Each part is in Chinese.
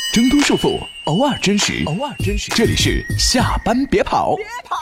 挣脱束缚，偶尔真实，这里是下班别跑。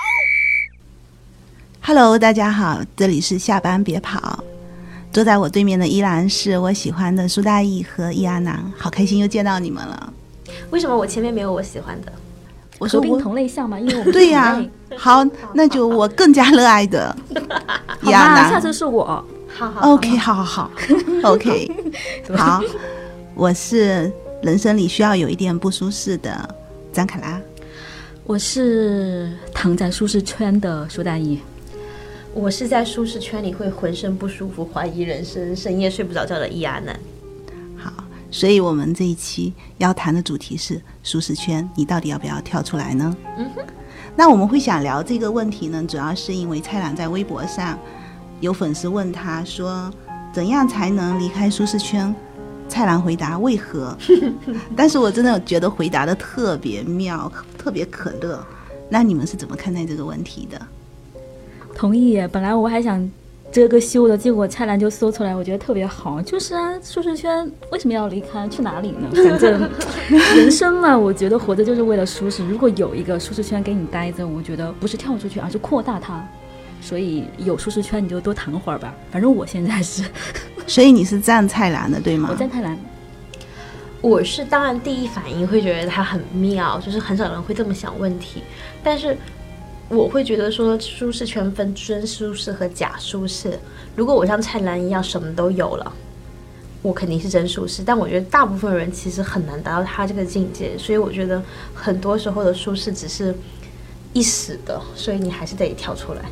Hello， 大家好，这里是下班别跑。坐在我对面的依然是我喜欢的苏大义和易阿南，好开心又见到你们了。 为什么我前面没有我喜欢的？ 我说合并同类项嘛，因为我们对呀、好，那就我更加热爱的易阿南。 下次是我。 好 OK， 好OK， 好，我是人生里需要有一点不舒适的张凯拉。 我是躺在舒适圈的苏大义。 我是在舒适圈里会浑身不舒服、怀疑人生、深夜睡不着觉的易阿南。 好，所以我们这一期要谈的主题是舒适圈，你到底要不要跳出来呢？那我们会想聊这个问题呢，主要是因为蔡澜在微博上有粉丝问他说怎样才能离开舒适圈，蔡澜回答为何但是我真的觉得回答的特别妙，特别可乐。那你们是怎么看待这个问题的？ 同意耶，本来我还想遮个羞的，结果蔡澜就说出来，我觉得特别好，就是啊，舒适圈为什么要离开，去哪里呢？反正人生嘛，我觉得活着就是为了舒适，如果有一个舒适圈给你待着，我觉得不是跳出去，而是扩大它，所以有舒适圈你就多躺会儿吧，反正我现在是所以你是站蔡澜的对吗？ 我站蔡澜。 我是当然第一反应会觉得他很妙，就是很少人会这么想问题，但是我会觉得说舒适圈分真舒适和假舒适，如果我像蔡澜一样什么都有了，我肯定是真舒适，但我觉得大部分人其实很难达到他这个境界，所以我觉得很多时候的舒适只是一时的，所以你还是得跳出来。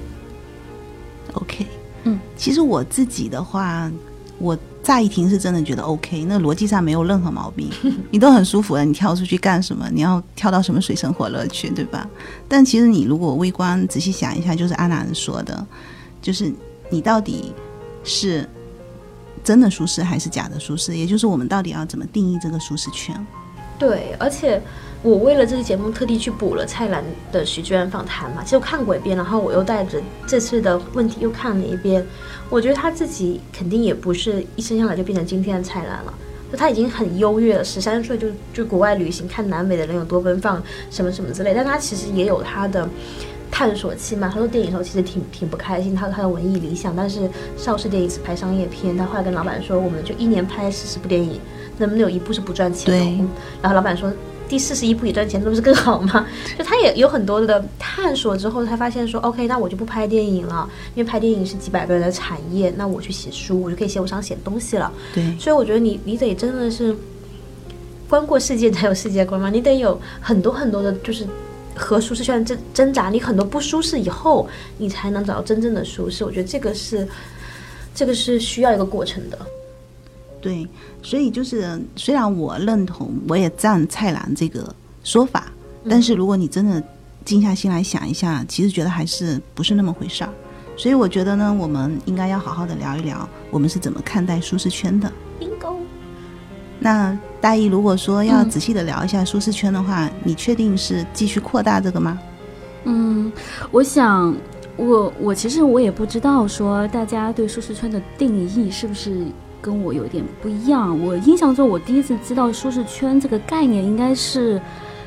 OK， 其实我自己的话，我乍一听是真的觉得 OK， 那逻辑上没有任何毛病你都很舒服了，你跳出去干什么？你要跳到什么水深火热去，对吧？但其实你如果微观仔细想一下，就是阿南说的，就是你到底是真的舒适还是假的舒适，也就是我们到底要怎么定义这个舒适圈。 对，而且我为了这个节目特地去补了蔡澜的许知远访谈嘛，其实我看过一遍，然后我又带着这次的问题又看了一遍，我觉得他自己肯定也不是一生下来就变成今天的蔡澜了，就他已经很优越了，13岁就国外旅行，看南美的人有多奔放什么什么之类，但他其实也有他的探索期嘛。他说电影的时候其实挺不开心，他有他的文艺理想，但是邵氏电影是拍商业片，他后来跟老板说我们就1年拍40部电影，能不能有一部是不赚钱的？然后老板说第41部也赚钱，那不是更好吗？就他也有很多的探索之后，他发现说 OK， 那我就不拍电影了，因为拍电影是几百个人的产业，那我去写书，我就可以写我想写的东西了。 对， 所以我觉得你得真的是观过世界才有世界观嘛，你得有很多很多的就是和舒适圈的挣扎，你很多不舒适以后你才能找到真正的舒适，我觉得这个是需要一个过程的。 对，所以就是虽然我认同，我也赞蔡澜这个说法，但是如果你真的静下心来想一下，其实觉得还是不是那么回事儿。所以我觉得呢，我们应该要好好的聊一聊我们是怎么看待舒适圈的。 Bingo。 那大义如果说要仔细的聊一下舒适圈的话，你确定是继续扩大这个吗？ 我想我其实我也不知道说大家对舒适圈的定义是不是跟我有点不一样。我印象中我第一次知道舒适圈这个概念应该是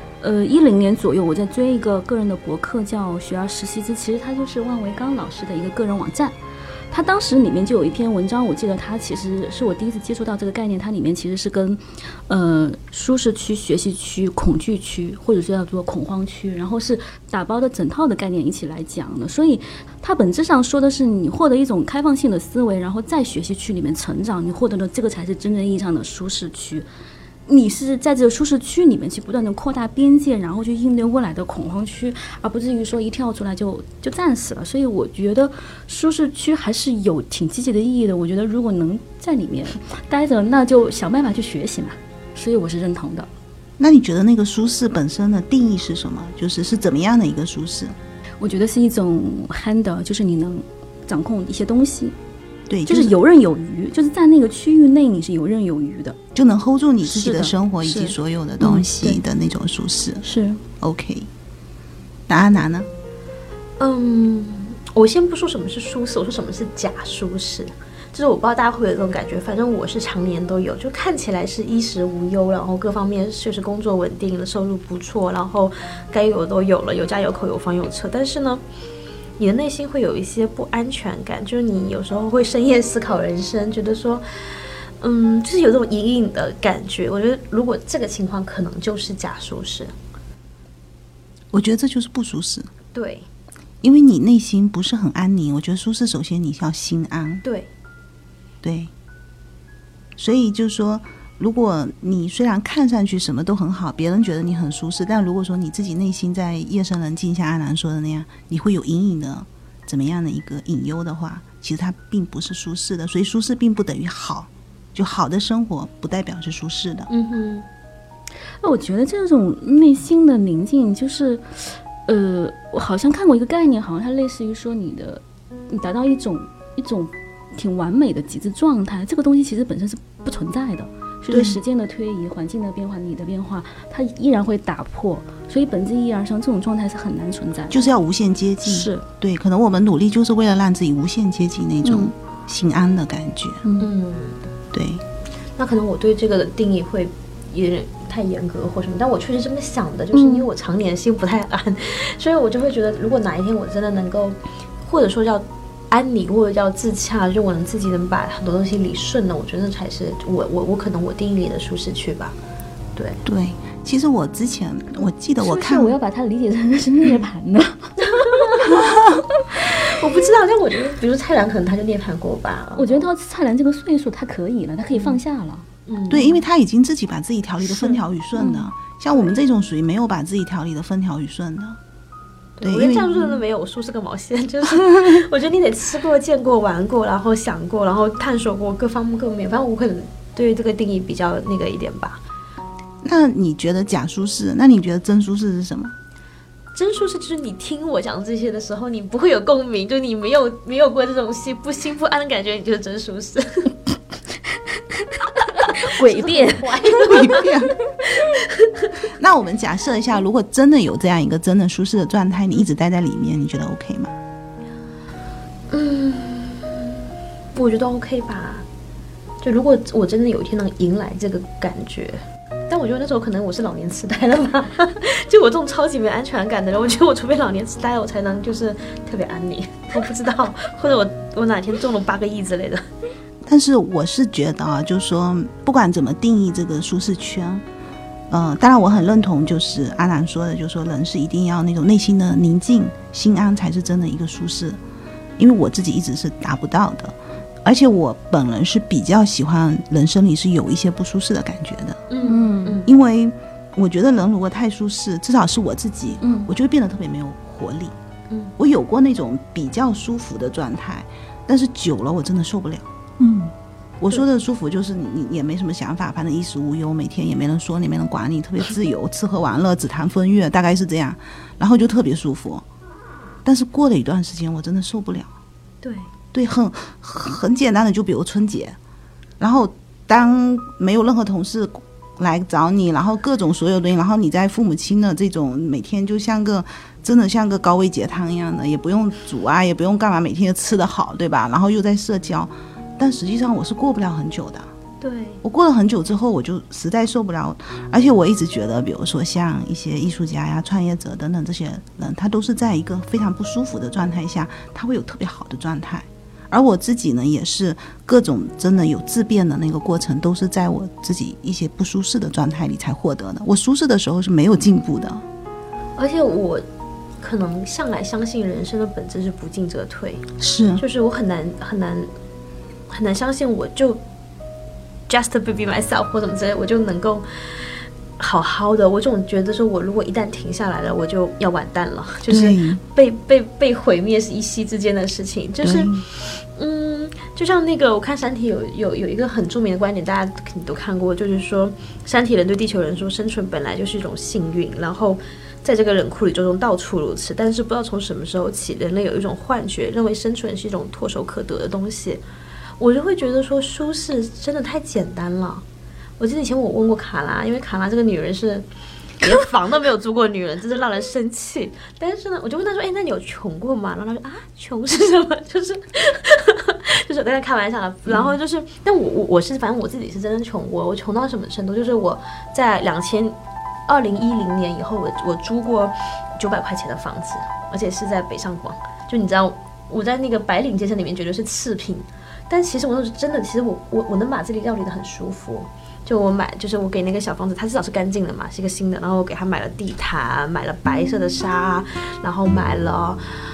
10年左右，我在追一个个人的博客叫学而时习之，其实他就是万维刚老师的一个个人网站，他当时里面就有一篇文章，我记得他其实是我第一次接触到这个概念，它里面其实是跟舒适区、学习区、恐惧区或者是叫做恐慌区，然后是打包的整套的概念一起来讲的。所以它本质上说的是你获得一种开放性的思维，然后在学习区里面成长，你获得的这个才是真正意义上的舒适区。你是在这个舒适区里面去不断的扩大边界，然后去应对未来的恐慌区，而不至于说一跳出来就战死了。所以我觉得舒适区还是有挺积极的意义的，我觉得如果能在里面待着，那就想办法去学习嘛，所以我是认同的。 那你觉得那个舒适本身的定义是什么？就是怎么样的一个舒适？ 我觉得是一种 handle， 就是你能掌控一些东西， 对， 就是游刃有余，就是在那个区域内你是游刃有余的， 就能 hold 住你自己的生活以及所有的东西的那种舒适。 是 OK。 答案哪呢？ 我先不说什么是舒适，我说什么是假舒适。 就是我不知道大家会不会有这种感觉，反正我是常年都有，就看起来是衣食无忧，然后各方面就是工作稳定了，收入不错，然后该有的都有了，有家有口有房有车，但是呢你的内心会有一些不安全感，就是你有时候会深夜思考人生，觉得说就是有这种隐隐的感觉。我觉得如果这个情况可能就是假舒适。 我觉得这就是不舒适， 对， 因为你内心不是很安宁。我觉得舒适首先你要心安，对，所以就是说如果你虽然看上去什么都很好，别人觉得你很舒适，但如果说你自己内心在夜深人静，像阿南说的那样，你会有隐隐的怎么样的一个隐忧的话，其实它并不是舒适的。所以舒适并不等于好，就好的生活不代表是舒适的。 我觉得这种内心的宁静就是我好像看过一个概念，好像它类似于说你达到一种挺完美的极致状态，这个东西其实本身是不存在的，随着时间的推移，环境的变化，你的变化，它依然会打破，所以本质意义而上，这种状态是很难存在的， 就是要无限接近。 是对，可能我们努力就是为了让自己无限接近那种心安的感觉。对。 那可能我对这个的定义会有点太严格或什么，但我确实这么想的，就是因为我常年心不太安，所以我就会觉得，如果哪一天我真的能够，或者说叫安宁，或者叫自洽，就我自己能把很多东西理顺了，我觉得那才是我可能我定义里的舒适区吧。对， 其实我之前我记得我看， 是我要把它理解成是涅槃呢？ 我不知道，但我觉得，比如蔡澜可能他就涅槃过吧。 我觉得到蔡澜这个岁数，他可以了，他可以放下了。 对，因为他已经自己把自己调理的风调雨顺的，像我们这种属于没有把自己调理的风调雨顺的。对， 我连这样说都没有，我舒适个毛线！就是我觉得你得吃过、见过、玩过，然后想过，然后探索过各方各面。反正我可能对于这个定义比较那个一点吧。 那你觉得假舒适？那你觉得真舒适是什么？ 真舒适就是你听我讲这些的时候，你不会有共鸣，就你没有过这种心不安的感觉，你就是真舒适。 诡辩。 那我们假设一下，如果真的有这样一个真的舒适的状态，你一直待在里面，你觉得 OK 吗？ 我觉得 OK 吧。就如果我真的有一天能迎来这个感觉，但我觉得那时候可能我是老年痴呆了吧。就我这种超级没安全感的人，我觉得我除非老年痴呆了，我才能就是特别安宁。我不知道，或者我哪天中了8个亿之类的。 但是我是觉得啊，就是说不管怎么定义这个舒适圈，当然我很认同就是阿兰说的，就是说人是一定要那种内心的宁静心安才是真的一个舒适，因为我自己一直是达不到的，而且我本人是比较喜欢人生里是有一些不舒适的感觉的。因为我觉得人如果太舒适，至少是我自己，我就会变得特别没有活力。我有过那种比较舒服的状态，但是久了我真的受不了。我说的舒服就是你也没什么想法，反正衣食无忧，每天也没人说你，没人管你，特别自由，吃喝玩乐，只谈风月，大概是这样，然后就特别舒服。但是过了一段时间我真的受不了。对，很简单的，就比如春节，然后当没有任何同事来找你，然后各种所有东西，然后你在父母亲的这种每天就真的像个高位截汤一样的，也不用煮啊，也不用干嘛，每天就吃得好，对吧？然后又在社交，但实际上我是过不了很久的。 对， 我过了很久之后我就实在受不了。而且我一直觉得比如说像一些艺术家呀、创业者等等这些人，他都是在一个非常不舒服的状态下，他会有特别好的状态。而我自己呢，也是各种真的有质变的那个过程，都是在我自己一些不舒适的状态里才获得的。我舒适的时候是没有进步的。 而且我可能向来相信人生的本质是不进则退，就是我很难相信我就 just be myself 或什么之类，我就能够好好的。我总觉得说我如果一旦停下来了，我就要完蛋了，就是被毁灭是一夕之间的事情。就是就像那个我看山体有一个很著名的观点，大家肯定都看过，就是说山体人对地球人说，生存本来就是一种幸运，然后在这个冷酷宇宙中到处如此，但是不知道从什么时候起，人类有一种幻觉，认为生存是一种唾手可得的东西。我就会觉得说舒适真的太简单了。我记得以前我问过卡拉，因为卡拉这个女人是连房都没有租过女人，真是让人生气。但是呢，我就问她说：“哎，那你有穷过吗？”然后她说：“啊，穷是什么？就是就是我在开玩笑的。然后就是，但我是反正我自己是真的穷过，我穷到什么程度？就是我在2010年以后，我租过900块钱的房子，而且是在北上广。就你知道，我在那个白领阶层里面绝对是次品，但其实我真的，其实我能把这里料理得很舒服。就我给那个小房子，它至少是干净的嘛，是一个新的，然后我给他买了地毯，买了白色的纱，然后买了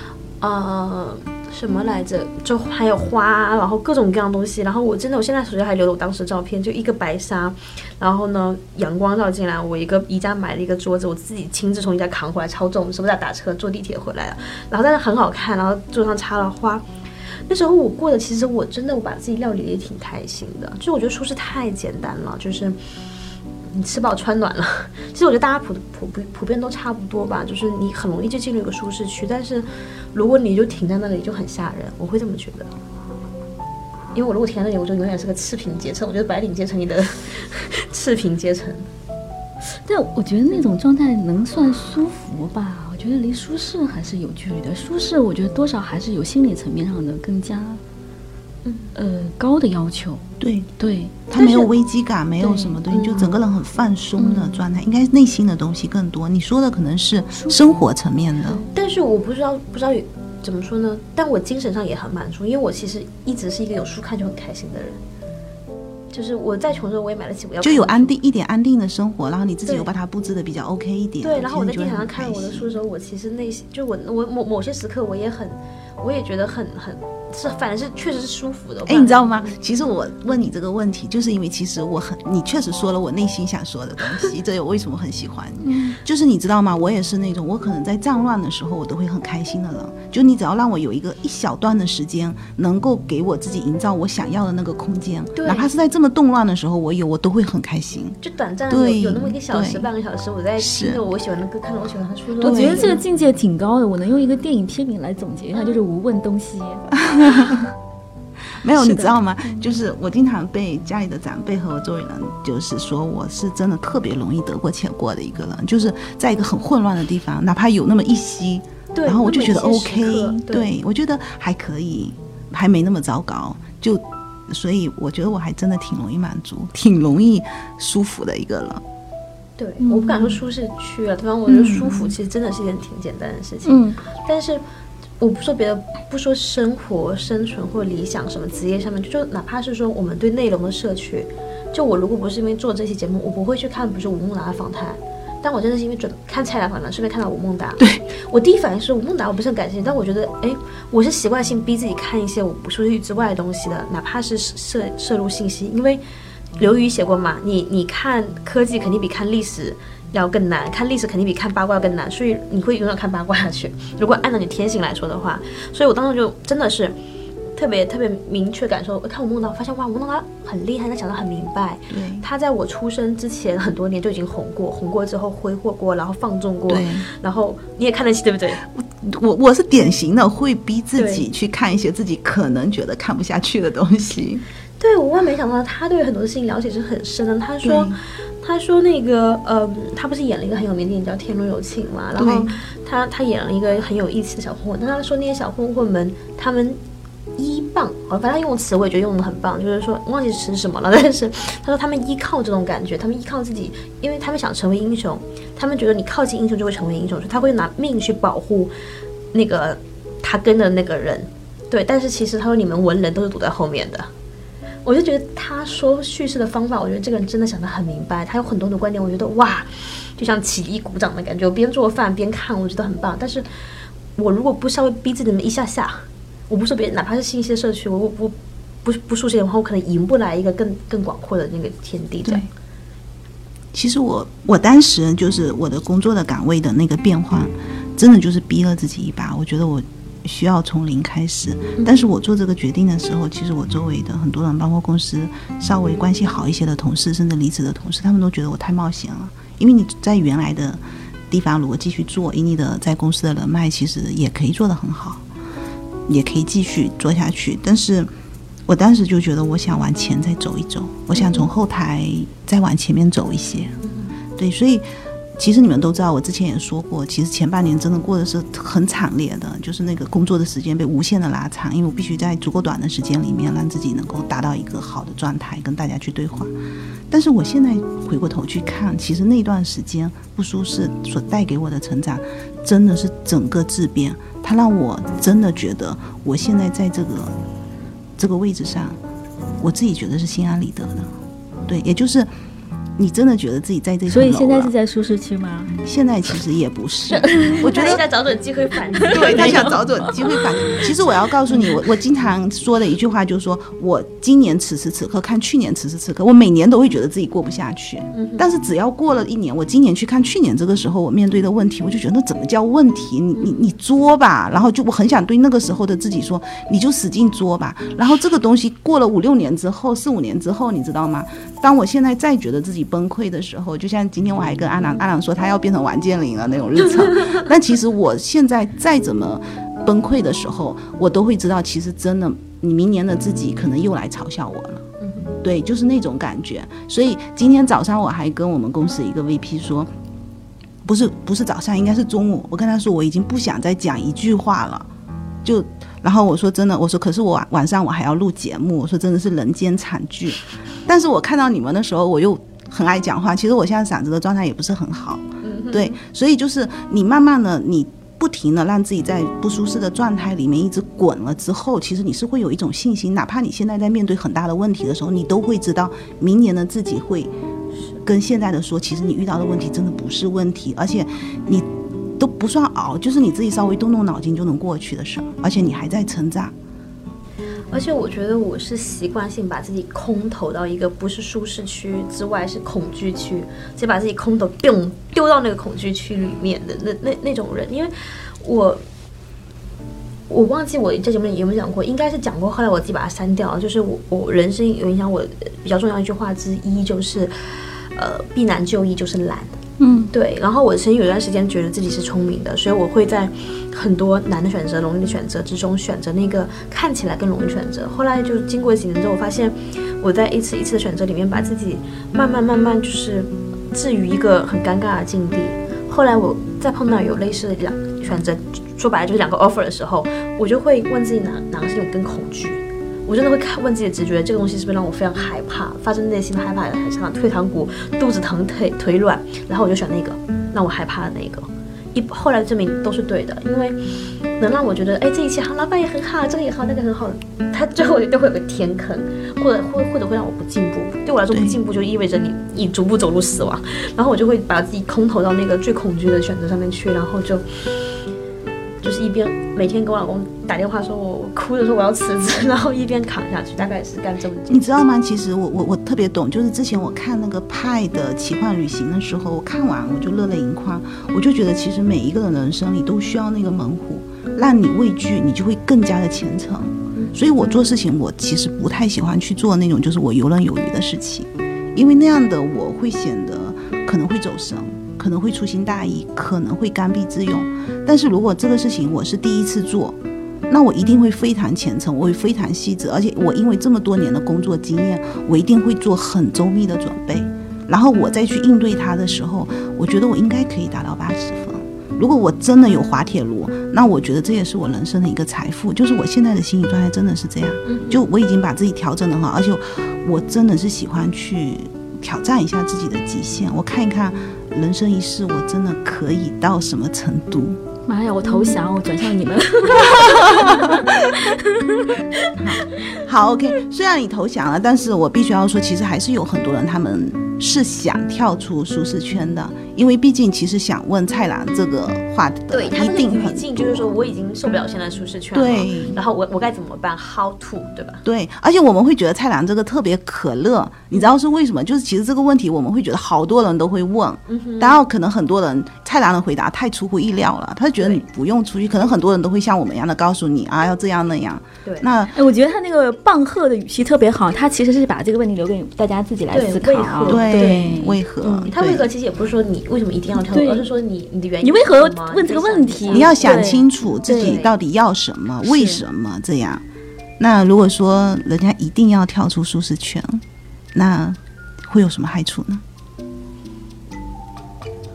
什么来着，就还有花，然后各种各样的东西。然后我现在手机还留了我当时的照片，就一个白纱，然后呢阳光照进来，我宜家买了一个桌子，我自己亲自从宜家扛回来，超重，是不是打车坐地铁回来了，然后但是很好看，然后桌上插了花。那时候我过的，其实我真的我把自己料理的也挺开心的，就是我觉得舒适太简单了，就是你吃饱穿暖了。其实我觉得大家普遍都差不多吧，就是你很容易就进入一个舒适区，但是如果你就停在那里就很吓人，我会这么觉得。因为我如果停在那里，我就永远是个次品阶层，我觉得白领阶层里的次品阶层。 但我觉得那种状态能算舒服吧？我觉得离舒适还是有距离的。舒适，我觉得多少还是有心理层面上的更加高的要求。对， 他没有危机感，没有什么东西，就整个人很放松的状态，应该内心的东西更多。你说的可能是生活层面的， 但是我不知道怎么说呢？但我精神上也很满足，因为我其实一直是一个有书看就很开心的人。就是我再穷的时候我也买得起，我要就有一点安定的生活，然后你自己有把它布置的比较 OK 一点。 对，然后我在地毯上看我的书的时候，我其实内心就我某些时刻我也觉得很是，反正是确实是舒服的。 你知道吗？其实我问你这个问题，就是因为其实你确实说了我内心想说的东西，这我为什么很喜欢你？就是你知道吗？我也是那种我可能在战乱的时候我都会很开心的人。就你只要让我有一小段的时间，能够给我自己营造我想要的那个空间，哪怕是在这么动乱的时候，我都会很开心。 就短暂的有那么1个小时、半个小时，我在听着我喜欢的歌，看着我喜欢的书。 我觉得这个境界挺高的，我能用一个电影片名来总结一下，就是无问东西。 没有，你知道吗？就是我经常被家里的长辈和我周围人就是说我是真的特别容易得过且过的一个人，就是在一个很混乱的地方，哪怕有那么一息，然后我就觉得 OK， 对，我觉得还可以，还没那么糟糕，所以我觉得我还真的挺容易满足，挺容易舒服的一个人。 对，我不敢说舒适区啊，对方我觉得舒服其实真的是一件挺简单的事情。但是我不说别的，不说生活、生存或理想什么职业上面，就哪怕是说我们对内容的摄取，就我如果不是因为做这期节目，我不会去看，比如说吴孟达的访谈。但我真的是因为看蔡澜访谈，顺便看到吴孟达。 对， 我第一反应是吴孟达我不是很感兴趣，但我觉得，我是习惯性逼自己看一些我不舒适之外的东西的，哪怕是摄入信息，因为刘瑜写过嘛，你看科技肯定比看历史要更难，看历史肯定比看八卦更难，所以你会永远看八卦下去。如果按照你天性来说的话，所以我当时就真的是特别特别明确感受。我看吴孟达，发现哇，吴孟达很厉害，他讲得很明白。 对， 他在我出生之前很多年就已经红过之后挥霍过，然后放纵过，然后你也看得起，对不对？ 我是典型的会逼自己去看一些自己可能觉得看不下去的东西。对， 我万没想到他对很多事情了解是很深的。他说那个他不是演了一个很有名的电影叫《天若有情》嘛，然后他演了一个很有意思的小混混，但他说那些小混混们他们依傍，反正他用词我也觉得用得很棒，就是说忘记词是什么了，但是他说他们依靠这种感觉，他们依靠自己，因为他们想成为英雄，他们觉得你靠近英雄就会成为英雄，所以他会拿命去保护那个他跟的那个人。对，但是其实他说你们文人都是躲在后面的。我就觉得他说叙事的方法，我觉得这个人真的想得很明白，他有很多的观点，我觉得哇，就像起立鼓掌的感觉，我边做饭边看，我觉得很棒。但是我如果不稍微逼自己那么一下下，我不说别人，哪怕是信息的社区，我不熟悉的话，我可能赢不来一个更广阔的那个天地。对， 其实我当时就是我的工作的岗位的那个变换，真的就是逼了自己一把。我觉得我需要从零开始，但是我做这个决定的时候，其实我周围的很多人，包括公司稍微关系好一些的同事，甚至离职的同事，他们都觉得我太冒险了。因为你在原来的地方如果继续做，以你的在公司的人脉，其实也可以做得很好，也可以继续做下去。但是我当时就觉得我想往前再走一走，我想从后台再往前面走一些。对，所以其实你们都知道，我之前也说过，其实前半年真的过的是很惨烈的，就是那个工作的时间被无限的拉长，因为我必须在足够短的时间里面让自己能够达到一个好的状态，跟大家去对话。但是我现在回过头去看，其实那段时间不舒适所带给我的成长，真的是整个质变。它让我真的觉得，我现在在这个位置上，我自己觉得是心安理得的。对，也就是你真的觉得自己在这层楼了。所以现在是在舒适区吗？ 现在其实也不是，我觉得他在找准机会反击。 对，他想找准机会反击。其实我要告诉你，我经常说的一句话就是说，我今年此时此刻看去年此时此刻，我每年都会觉得自己过不下去。但是只要过了一年，我今年去看去年这个时候我面对的问题，我就觉得那怎么叫问题？你作吧，然后就我很想对那个时候的自己说，你就使劲作吧。然后这个东西过了5-6年之后，4-5年之后，你知道吗？当我现在再觉得自己崩溃的时候，就像今天我还跟阿朗说他要变成王健林了那种日常，但其实我现在再怎么崩溃的时候，我都会知道，其实真的你明年的自己可能又来嘲笑我了。对，就是那种感觉。所以今天早上我还跟我们公司一个 VP 说，不是早上，应该是中午，我跟他说我已经不想再讲一句话了，然后我说真的，我说可是我晚上我还要录节目，我说真的是人间惨剧。但是我看到你们的时候，我又很爱讲话，其实我现在嗓子的状态也不是很好。对，所以就是你慢慢的，你不停的让自己在不舒适的状态里面一直滚了之后，其实你是会有一种信心，哪怕你现在在面对很大的问题的时候，你都会知道明年的自己会跟现在的说，其实你遇到的问题真的不是问题，而且你都不算熬，就是你自己稍微动脑筋就能过去的事儿，而且你还在成长。 而且我觉得我是习惯性把自己空投到一个不是舒适区之外是恐惧区，直接把自己空投丢到那个恐惧区里面的那种人。因为我忘记我在节目里有没有讲过，应该是讲过，后来我自己把它删掉了。就是我人生有影响我比较重要一句话之一就是避难就易就是懒。对。然后我曾经有一段时间觉得自己是聪明的，所以我会在很多难的选择、容易的选择之中选择那个看起来更容易选择。后来就经过几年之后，我发现我在一次一次的选择里面把自己慢慢就是置于一个很尴尬的境地。后来我再碰到有类似的选择，说白了就是2个 offer 的时候，我就会问自己哪个是我更恐惧。我真的会问自己的直觉，这个东西是不是让我非常害怕，发自内心的害怕，像退堂鼓，肚子疼，腿软，然后我就选那个让我害怕的那个。后来证明都是对的，因为能让我觉得，这一切好，老板也很好，这个也好，那个很好，它最后都会有个天坑，或者会让我不进步。对我来说，不进步就意味着你逐步走入死亡。然后我就会把自己空投到那个最恐惧的选择上面去，然后就是一边每天跟我老公打电话说我哭着说我要辞职，然后一边扛下去，大概是干这么久。 你知道吗？其实我特别懂，就是之前我看那个派的奇幻旅行的时候，我看完我就热泪盈眶，我就觉得其实每一个人的人生里都需要那个门户，让你畏惧，你就会更加的虔诚。所以我做事情，我其实不太喜欢去做那种就是我游刃有余的事情，因为那样的我会显得可能会走神，可能会粗心大意，可能会刚愎自用。但是如果这个事情我是第一次做，那我一定会非常虔诚，我会非常细致，而且我因为这么多年的工作经验，我一定会做很周密的准备，然后我再去应对它的时候，我觉得我应该可以达到80分。如果我真的有滑铁卢，那我觉得这也是我人生的一个财富，就是我现在的心理状态真的是这样，就我已经把自己调整得很好，而且我真的是喜欢去挑战一下自己的极限，我看一看人生一世我真的可以到什么程度。 妈呀，我投降，我转向你们。 好 OK， 虽然你投降了，但是我必须要说，其实还是有很多人他们是想跳出舒适圈的，因为毕竟其实想问蔡澜这个话的对他一定很多， 语境就是说我已经受不了现在舒适圈了， 对， 然后我该怎么办 ？How to， 对吧？ 对，而且我们会觉得蔡澜这个特别可乐，你知道是为什么？就是其实这个问题我们会觉得好多人都会问，然后可能很多人蔡澜的回答太出乎意料了，他觉得你不用出去，可能很多人都会像我们一样的告诉你啊，要这样那样。 对， 那我觉得他那个棒喝的语气特别好，他其实是把这个问题留给大家自己来思考。 对，为何？ 他为何其实也不是说你为什么一定要跳，而是说你的原因， 你为何问这个问题？ 你要想清楚自己到底要什么，为什么这样。那如果说人家一定要跳出舒适圈，那会有什么害处呢？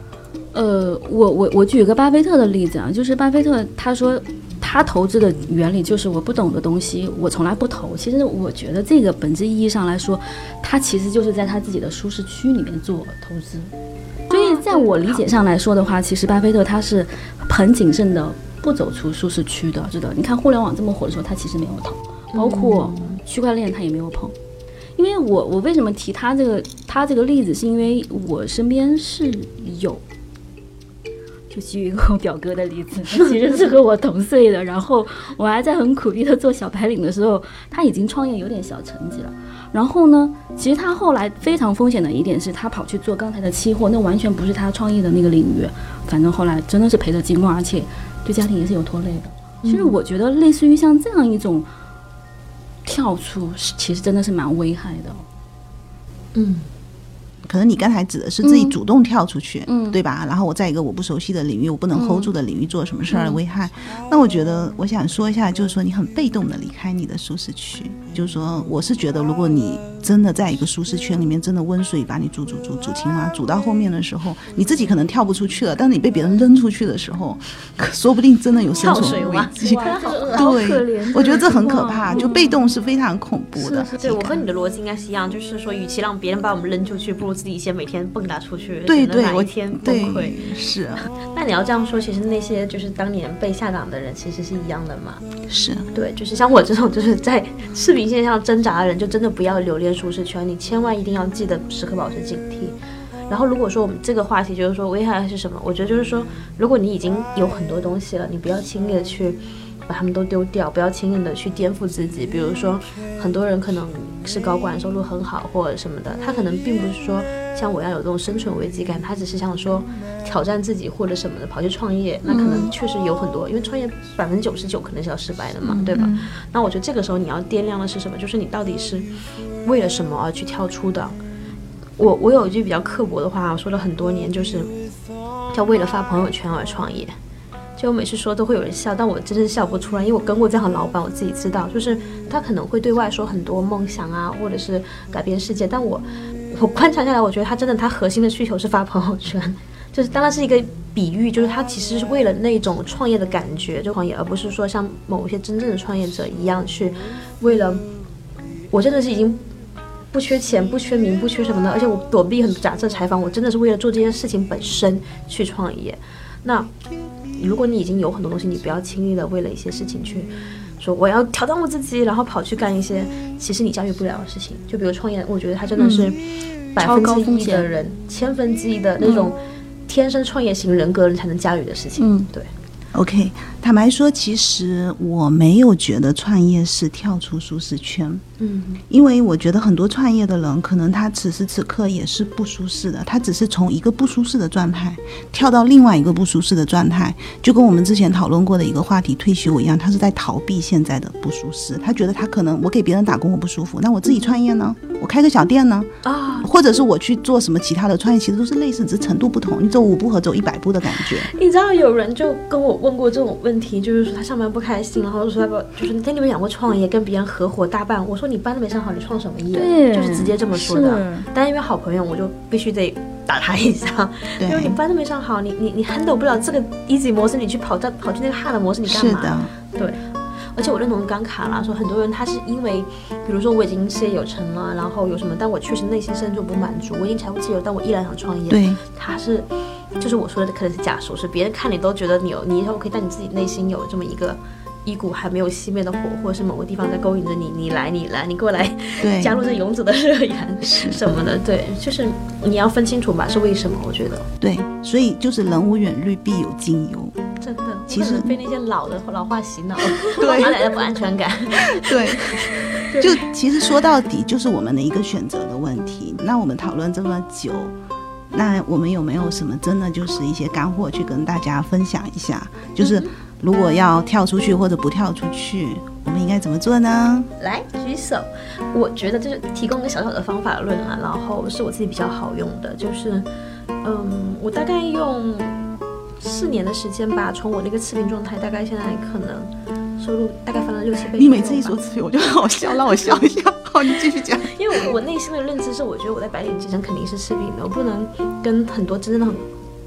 我举个巴菲特的例子啊，就是巴菲特他说他投资的原理就是我不懂的东西我从来不投。其实我觉得这个本质意义上来说，他其实就是在他自己的舒适区里面做投资。所以在我理解上来说的话，其实巴菲特他是很谨慎的，不走出舒适区的。是的，你看互联网这么火的时候，他其实没有投，包括区块链他也没有碰。因为我为什么提他这个例子，是因为我身边是有，就举一个我表哥的例子，他其实是和我同岁的，然后我还在很苦逼的做小白领的时候，他已经创业有点小成绩了。然后呢，其实他后来非常风险的一点是他跑去做刚才的期货，那完全不是他创业的那个领域，反正后来真的是赔了精光，而且对家庭也是有拖累的。其实我觉得类似于像这样一种跳出，其实真的是蛮危害的。 可能你刚才指的是自己主动跳出去，对吧？然后我在一个我不熟悉的领域，我不能 hold 住的领域做什么事儿危害。那我觉得我想说一下，就是说你很被动的离开你的舒适区。就是说我是觉得如果你真的在一个舒适圈里面，真的温水把你煮青蛙，煮到后面的时候你自己可能跳不出去了，但是你被别人扔出去的时候，说不定真的有生存危机。对，我觉得这很可怕，就被动是非常恐怖的。 对，我和你的逻辑应该是一样，就是说与其让别人把我们扔出去，不如自己先每天蹦跶出去， 对， 哪一天崩溃。 是啊。 那你要这样说，其实那些就是当年被下岗的人其实是一样的嘛。 是， 对，就是像我这种就是在视频线上挣扎的人，就真的不要留恋舒适圈，你千万一定要记得时刻保持警惕。然后如果说我们这个话题就是说危害是什么，我觉得就是说，如果你已经有很多东西了，你不要轻易的去把他们都丢掉，不要轻易的去颠覆自己。比如说很多人可能是高管，收入很好或者什么的，他可能并不是说像我要有这种生存危机感，他只是想说挑战自己或者什么的跑去创业，那可能确实有很多，因为创业99%可能是要失败的嘛，对吧？那我觉得这个时候你要掂量的是什么，就是你到底是为了什么而去跳出的。我有一句比较刻薄的话，我说了很多年，就是叫为了发朋友圈而创业。就我每次说都会有人笑，但我真是笑不出来，因为我跟过这样的老板，我自己知道，就是他可能会对外说很多梦想啊，或者是改变世界，但我观察下来，我觉得他真的他核心的需求是发朋友圈，就是当然是一个比喻，就是他其实是为了那种创业的感觉就创业，而不是说像某些真正的创业者一样去为了我真的是已经不缺钱不缺名不缺什么的，而且我躲避很假设采访，我真的是为了做这件事情本身去创业。那如果你已经有很多东西，你不要轻易的为了一些事情去说我要挑战我自己，然后跑去干一些其实你驾驭不了的事情。就比如创业，我觉得它真的是1%的人1/1000的那种天生创业型人格人才能驾驭的事情。对。 OK， 坦白说，其实我没有觉得创业是跳出舒适圈。因为我觉得很多创业的人，可能他此时此刻也是不舒适的，他只是从一个不舒适的状态跳到另外一个不舒适的状态，就跟我们之前讨论过的一个话题退休一样，他是在逃避现在的不舒适。他觉得他可能我给别人打工我不舒服，那我自己创业呢？我开个小店呢？或者是我去做什么其他的创业，其实都是类似，只是程度不同，你走5步和走100步的感觉。 你知道有人就跟我问过这种问题，就是说他上班不开心，然后说就是你有没有想过创业，跟别人合伙大办？我说你班都没上好，你创什么业？ 对， 就是直接这么说的。但因为好朋友，我就必须得打他一下，因为你班都没上好，你 handle 不了这个 easy 模式，你去跑去那个 hard 模式，你干嘛？ 是的， 对。而且我认同刚卡啦说，很多人他是因为，比如说我已经事业有成了，然后有什么，但我确实内心深处不满足，我已经财务自由，但我依然想创业。 对， 他是，就是我说的可能是假说，是别人看你都觉得你 OK， 但你自己内心有这么一股还没有熄灭的火，或者是某个地方在勾引着你，你来，你过来，加入这勇者的热源什么的，对，就是你要分清楚吧，是为什么？我觉得对，所以就是人无远虑，必有近忧。 真的， 其实被那些老话洗脑， 对， 哪来的不安全感？ 对，就其实说到底就是我们的一个选择的问题。那我们讨论这么久，那我们有没有什么真的就是一些干货去跟大家分享一下？就是如果要跳出去或者不跳出去，我们应该怎么做呢？ 来举手。我觉得就是提供一个小小的方法论啊，然后是我自己比较好用的，就是我大概用4年的时间吧，从我那个持平状态，大概现在可能收入大概翻了6-7倍。 你每次一说持平，我就好笑，让我笑一下。好，你继续讲。 因为我内心的认知是，我觉得我在白领阶层肯定是持平的，我不能跟很多真正的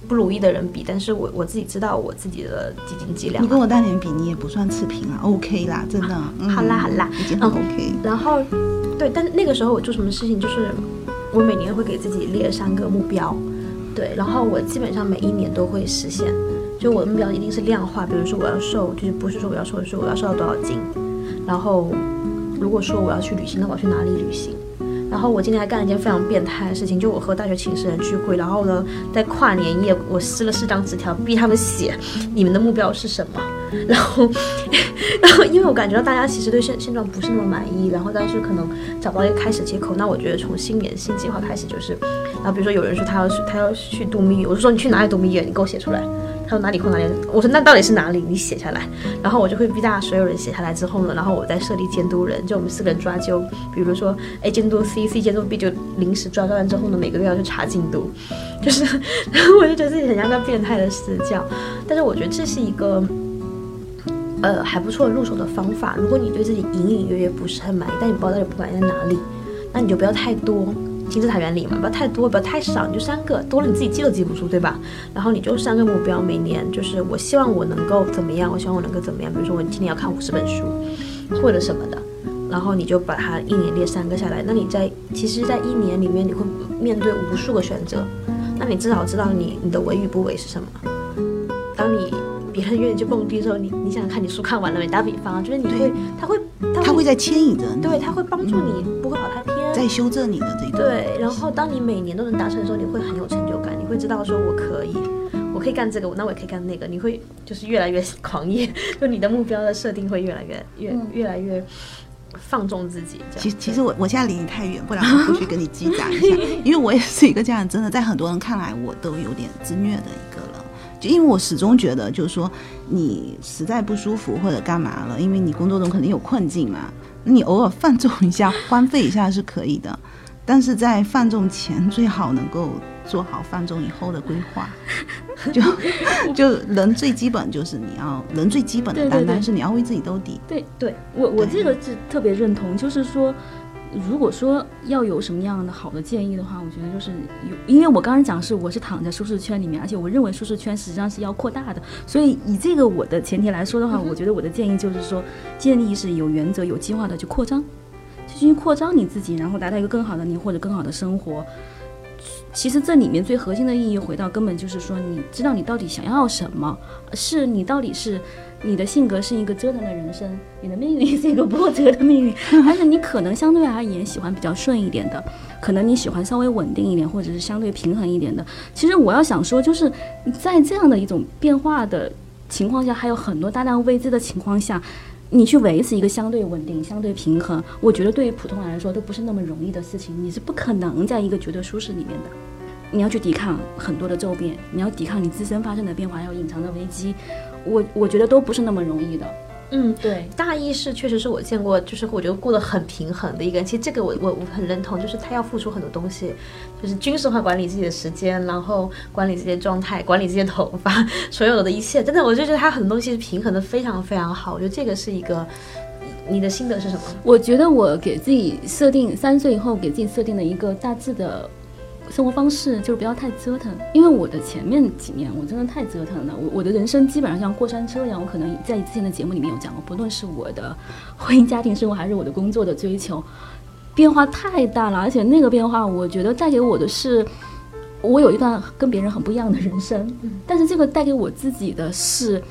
不如意的人比，但是我自己知道我自己的几斤几两。 你跟我大年比，你也不算持平啊 ，OK 啦，真的。 好啦， 已经很 OK。 然后，对，但是那个时候我做什么事情，就是我每年会给自己列3个目标，对，然后我基本上每一年都会实现。就我的目标一定是量化，比如说我要瘦，就是不是说我要瘦，是我要瘦到多少斤。然后，如果说我要去旅行，那我要去哪里旅行？然后我今天还干了一件非常变态的事情，就我和大学寝室人聚会，然后呢，在跨年夜，我撕了4张纸条，逼他们写你们的目标是什么。然后，因为我感觉到大家其实对现状不是那么满意，然后但是可能找不到一个开始接口，那我觉得从新年新计划开始就是，然后比如说有人说他要去度蜜月，我就说你去哪里度蜜月，你给我写出来。他说哪里空哪里，我说那到底是哪里？你写下来，然后我就会逼大家所有人写下来之后呢，然后我再设立监督人，就我们4个人抓阄，比如说监督 C 监督 B 就临时抓完之后呢，每个月要去查进度，就是，然后我就觉得自己很像个变态的私教，但是我觉得这是一个还不错入手的方法。如果你对自己隐隐约约不是很满意，但你不知道到底不满意在哪里，那你就不要太多。金字塔原理嘛，不要太多，不要太少，你就3个，多了你自己记都记不住，对吧？然后你就3个目标，每年就是我希望我能够怎么样，我希望我能够怎么样。比如说我今年要看50本书，或者什么的，然后你就把它一年列3个下来。那你其实，在1年里面，你会面对无数个选择，那你至少知道你的为与不为是什么。当你别人约你去蹦迪的时候，你想想看，你书看完了没？打比方，就是你会，他会在牵引着你， 对，他会帮助你，不会跑太偏， 在修正你的这个。 对，然后当你每年都能达成的时候，你会很有成就感，你会知道说我可以干这个，那我也可以干那个，你会就是越来越狂野，就你的目标的设定会越来越放纵自己。 其实我现在离你太远，不然我必须跟你击掌一下，因为我也是一个这样，真的在很多人看来我都有点自虐的一个人。就因为我始终觉得，就是说你实在不舒服或者干嘛了，因为你工作中肯定有困境嘛，你偶尔放纵一下、荒废一下是可以的，但是在放纵前最好能够做好放纵以后的规划。就人最基本就是人最基本的担当是你要为自己兜底。 对，我这个是特别认同，就是说。如果说要有什么样的好的建议的话，我觉得就是因为我刚才讲我是躺在舒适圈里面，而且我认为舒适圈实际上是要扩大的，所以以这个我的前提来说的话，我觉得我的建议就是说，建立是有原则、有计划的去扩张，去扩张你自己，然后达到一个更好的你或者更好的生活。其实这里面最核心的意义回到根本就是说，你知道你到底想要什么，是你到底是你的性格是一个折腾的人生，你的命运是一个波折的命运，还是你可能相对而言喜欢比较顺一点的，可能你喜欢稍微稳定一点，或者是相对平衡一点的。其实我要想说，就是在这样的一种变化的情况下，还有很多大量未知的情况下，你去维持一个相对稳定、相对平衡，我觉得对于普通人来说都不是那么容易的事情。你是不可能在一个绝对舒适里面的，你要去抵抗很多的骤变，你要抵抗你自身发生的变化，要隐藏的危机，我觉得都不是那么容易的。对， 大意是确实是我见过，就是我觉得过得很平衡的一个人。其实这个我很认同，就是他要付出很多东西，就是军事化管理自己的时间，然后管理自己的状态，管理自己的头发，所有的一切，真的我就觉得他很多东西是平衡的非常非常好。我觉得这个是一个，你的心得是什么？ 我觉得我给自己设定3岁以后给自己设定的一个大致的生活方式就是不要太折腾，因为我的前面几年我真的太折腾了，我的人生基本上像过山车一样。我可能在之前的节目里面有讲过，不论是我的婚姻家庭生活还是我的工作的追求，变化太大了，而且那个变化我觉得带给我的是我有一段跟别人很不一样的人生，但是这个带给我自己的是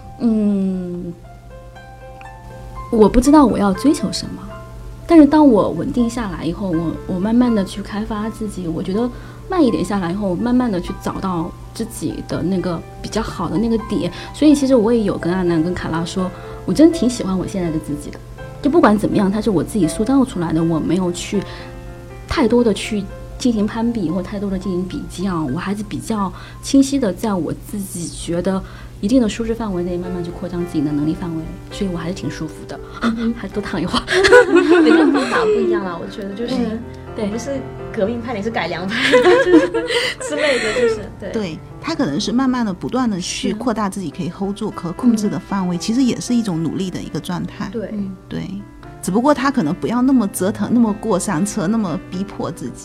我不知道我要追求什么，但是当我稳定下来以后，我慢慢的去开发自己，我觉得慢一点下来以后，慢慢的去找到自己的那个比较好的那个点。所以其实我也有跟阿南跟卡拉说，我真挺喜欢我现在的自己的，就不管怎么样，它是我自己塑造出来的，我没有去太多的去进行攀比或太多的进行比较，我还是比较清晰的在我自己觉得一定的舒适范围内慢慢去扩张自己的能力范围，所以我还是挺舒服的。还多躺一会儿。 每个人方法不一样啦，我觉得就是我们是革命派，你是改良派之类的，就是对他可能是慢慢的不断的去扩大自己可以 hold 住可控制的范围，其实也是一种努力的一个状态。对，只不过他可能不要那么折腾，那么过山车，那么逼迫自己，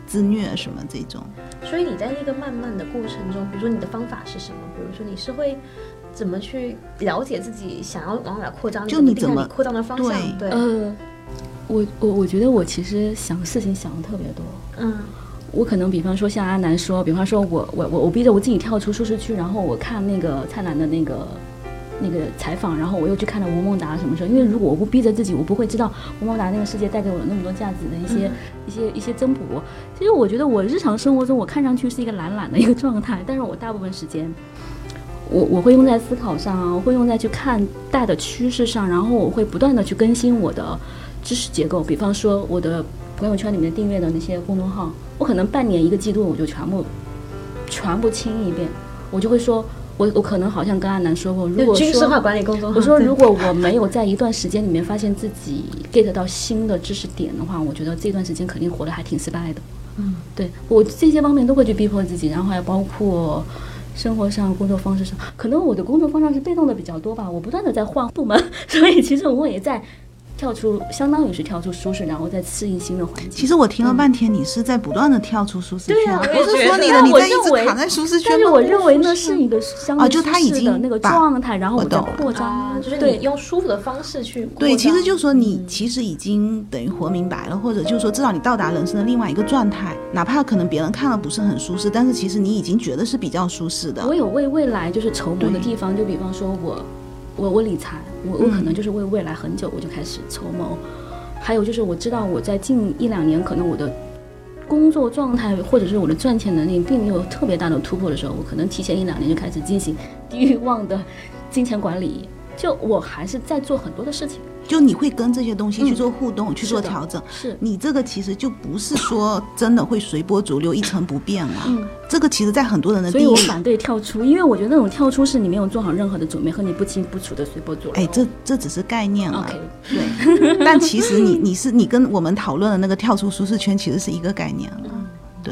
自虐什么这种。 所以你在那个慢慢的过程中，比如说你的方法是什么？比如说你是会怎么去了解自己想要往哪扩张， 就你怎么扩张的方向？对， 我觉得我其实想事情想的特别多。我可能比方说像阿南说，比方说我逼着我自己跳出舒适区，然后我看那个蔡澜的那个采访，然后我又去看了吴孟达什么时候，因为如果我不逼着自己，我不会知道吴孟达那个世界带给我那么多价值的一些增补。其实我觉得我日常生活中我看上去是一个懒懒的一个状态，但是我大部分时间我会用在思考上，我会用在去看大的趋势上，然后我会不断的去更新我的知识结构。比方说我的朋友圈里面订阅的那些公众号，我可能半年一个季度我就全部清一遍，我就会说我可能好像跟阿南说过，如果说军事化管理公众号， 我说如果我没有在一段时间里面发现自己 get 到新的知识点的话，我觉得这段时间肯定活得还挺失败的。对，我这些方面都会去逼迫自己，然后还包括生活上、工作方式上，可能我的工作方向是被动的比较多吧，我不断的在换部门，所以其实我也在相当于是跳出舒适，然后再适应新的环境。 其实我听了半天，你是在不断的跳出舒适圈， 不是说你在一直躺在舒适圈吗？ 但是我认为那是一个相对就他已经的那个状态，然后我在扩张， 就是你用舒服的方式去扩张。 对，其实就是说你其实已经等于活明白了，或者就是说至少你到达人生的另外一个状态，哪怕可能别人看了不是很舒适，但是其实你已经觉得是比较舒适的。 我有为未来就是筹谋的地方，就比方说我理财，我可能就是为未来很久我就开始筹谋。还有就是我知道我在近1-2年可能我的工作状态或者是我的赚钱能力并没有特别大的突破的时候，我可能提前1-2年就开始进行低欲望的金钱管理，就我还是在做很多的事情， 就你会跟这些东西去做互动，去做调整。 是你这个其实就不是说真的会随波逐流一成不变了。这个其实在很多人的定义， 所以我反对跳出，因为我觉得那种跳出是你没有做好任何的准备和你不清不楚的随波逐流。 这只是概念了。 OK， 对，但其实你跟我们讨论的那个跳出舒适圈其实是一个概念了。对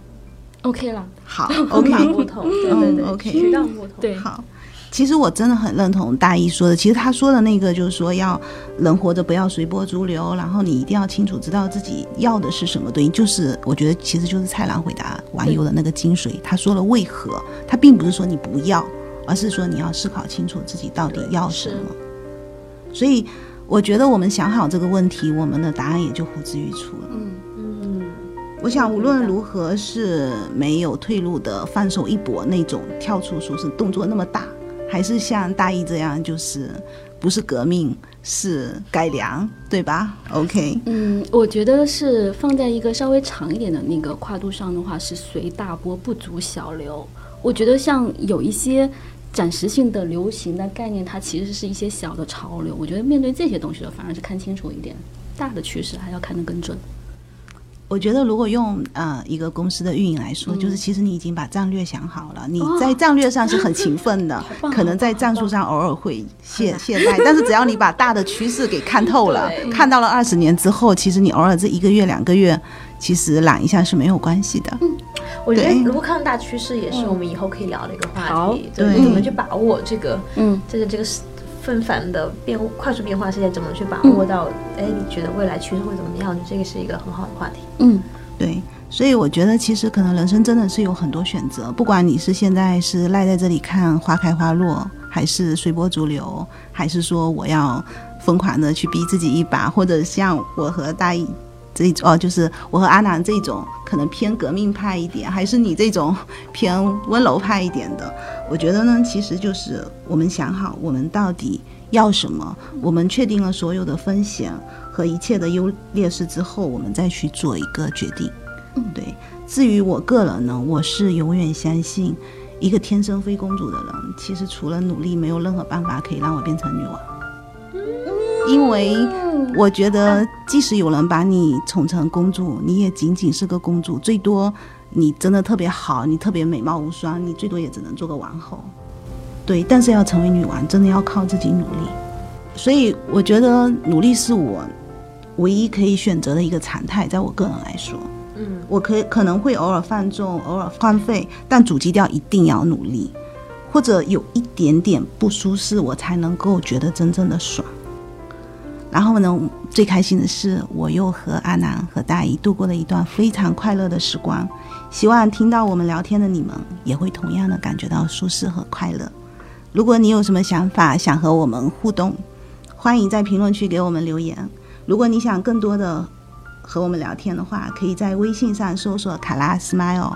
，OK 了， 好 ，OK， 不同，对 ，OK， 渠道不同， 对， 好。其实我真的很认同大一说的，其实他说的那个就是说要人活着不要随波逐流，然后你一定要清楚知道自己要的是什么东西，就是我觉得其实就是蔡澜回答网友的那个精髓。他说了为何，他并不是说你不要，而是说你要思考清楚自己到底要什么。所以我觉得我们想好这个问题，我们的答案也就呼之欲出了。我想无论如何是没有退路的放手一搏那种跳出舒适动作那么大，还是像大一这样就是不是革命是改良，对吧 ？OK， 我觉得是放在一个稍微长一点的那个跨度上的话，是随大波不逐小流。我觉得像有一些暂时性的流行的概念，它其实是一些小的潮流。我觉得面对这些东西的，反而是看清楚一点，大的趋势还要看得更准。 我觉得如果用一个公司的运营来说，就是其实你已经把战略想好了，你在战略上是很勤奋的，可能在战术上偶尔会懈怠，但是只要你把大的趋势给看透了，看到了20年之后，其实你偶尔这1个月2个月其实懒一下是没有关系的。 我觉得如果看大趋势也是我们以后可以聊的一个话题，对，怎么去把握这个纷繁的快速变化世界，怎么去把握到你觉得未来趋势会怎么样，这个是一个很好的话题。 对，所以我觉得其实可能人生真的是有很多选择，不管你是现在是赖在这里看花开花落，还是随波逐流，还是说我要疯狂的去逼自己一把，或者像我和大一这种就是我和阿南这种可能偏革命派一点，还是你这种偏温柔派一点的，我觉得呢其实就是我们想好我们到底要什么，我们确定了所有的风险和一切的优劣势之后，我们再去做一个决定。对，至于我个人呢，我是永远相信一个天生非公主的人，其实除了努力没有任何办法可以让我变成女王。因为我觉得即使有人把你宠成公主，你也仅仅是个公主，最多你真的特别好，你特别美貌无双，你最多也只能做个王后。对，但是要成为女王真的要靠自己努力，所以我觉得努力是我唯一可以选择的一个常态，在我个人来说。我可能会偶尔放纵，偶尔荒废，但主基调一定要努力，或者有一点点不舒适，我才能够觉得真正的爽。 然后呢，最开心的是我又和阿南和大姨度过了一段非常快乐的时光，希望听到我们聊天的你们也会同样的感觉到舒适和快乐。如果你有什么想法想和我们互动，欢迎在评论区给我们留言。如果你想更多的和我们聊天的话，可以在微信上搜索卡拉 smile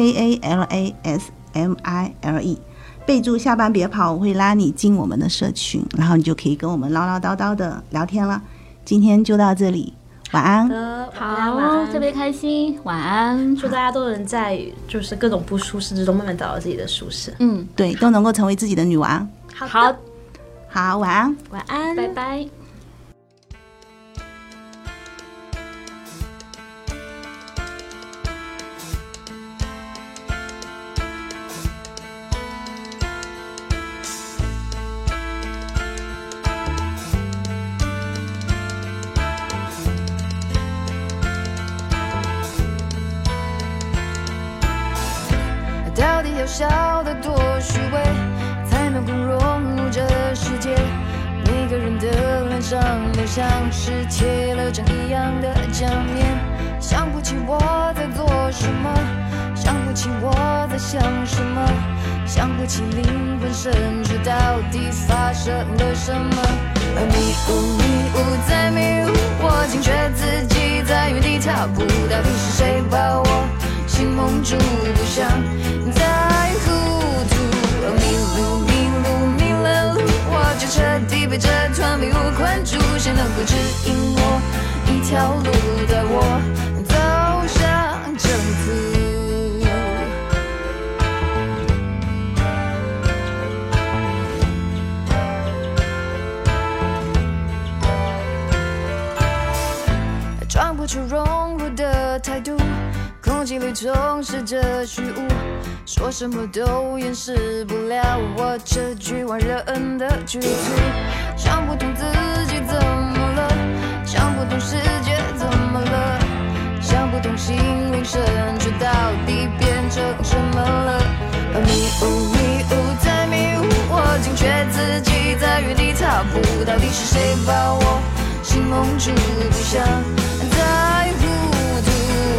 KALASMILE， 备注下班别跑，我会拉你进我们的社群，然后你就可以跟我们唠唠叨叨的聊天了。今天就到这里，晚安。 好，特别开心，晚安。 祝大家都能在就是各种不舒适之中慢慢找到自己的舒适。 对，都能够成为自己的女王。 好， 晚安， 晚安， 拜拜。 到底要笑得多虚伪，才能够融入这世界？每个人的脸上都像是贴了张一样的假面，想不起我在做什么，想不起我在想什么，想不起灵魂深处到底发生了什么。迷雾在迷雾，我惊觉自己在原地踏步，到底是谁把我心蒙住，不想再糊涂。迷了路，我就彻底被这团迷雾困住，谁能够指引我一条路，带我走向正途。装不出融入的态度，空气里充斥着虚无，说什么都掩饰不了我这局外人的局促。想不通自己怎么了，想不通世界怎么了，想不通心灵深处到底变成什么了。迷雾在迷雾，我惊觉自己在原地踏步，到底是谁把我心蒙住，不想再糊涂。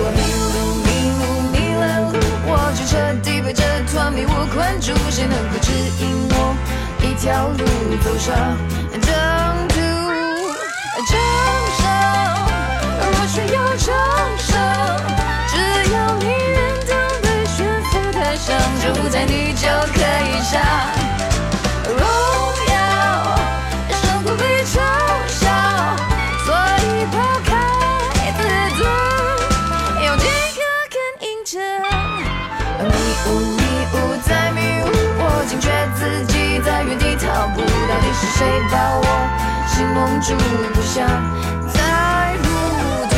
迷了路，我就彻底被这团迷雾困住，谁能够指引我一条路走上正途？掌声，若需要掌声，只要你人都被悬浮台上，就在你就可以上。荣耀胜过被嘲笑，所以抛开自尊，用几个更印证。迷雾在迷雾，我惊觉自己在原地踏步，到底是谁把我心蒙住，不想再糊涂。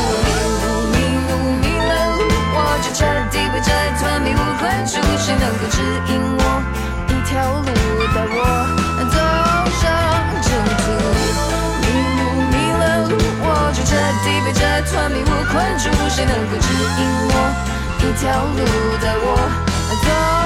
迷了路，我就彻底被这团迷雾困住，谁能够指引我一条路，带我走上正途？迷了路，我就彻底被这团迷雾困住，谁能够指引我一条路，带我走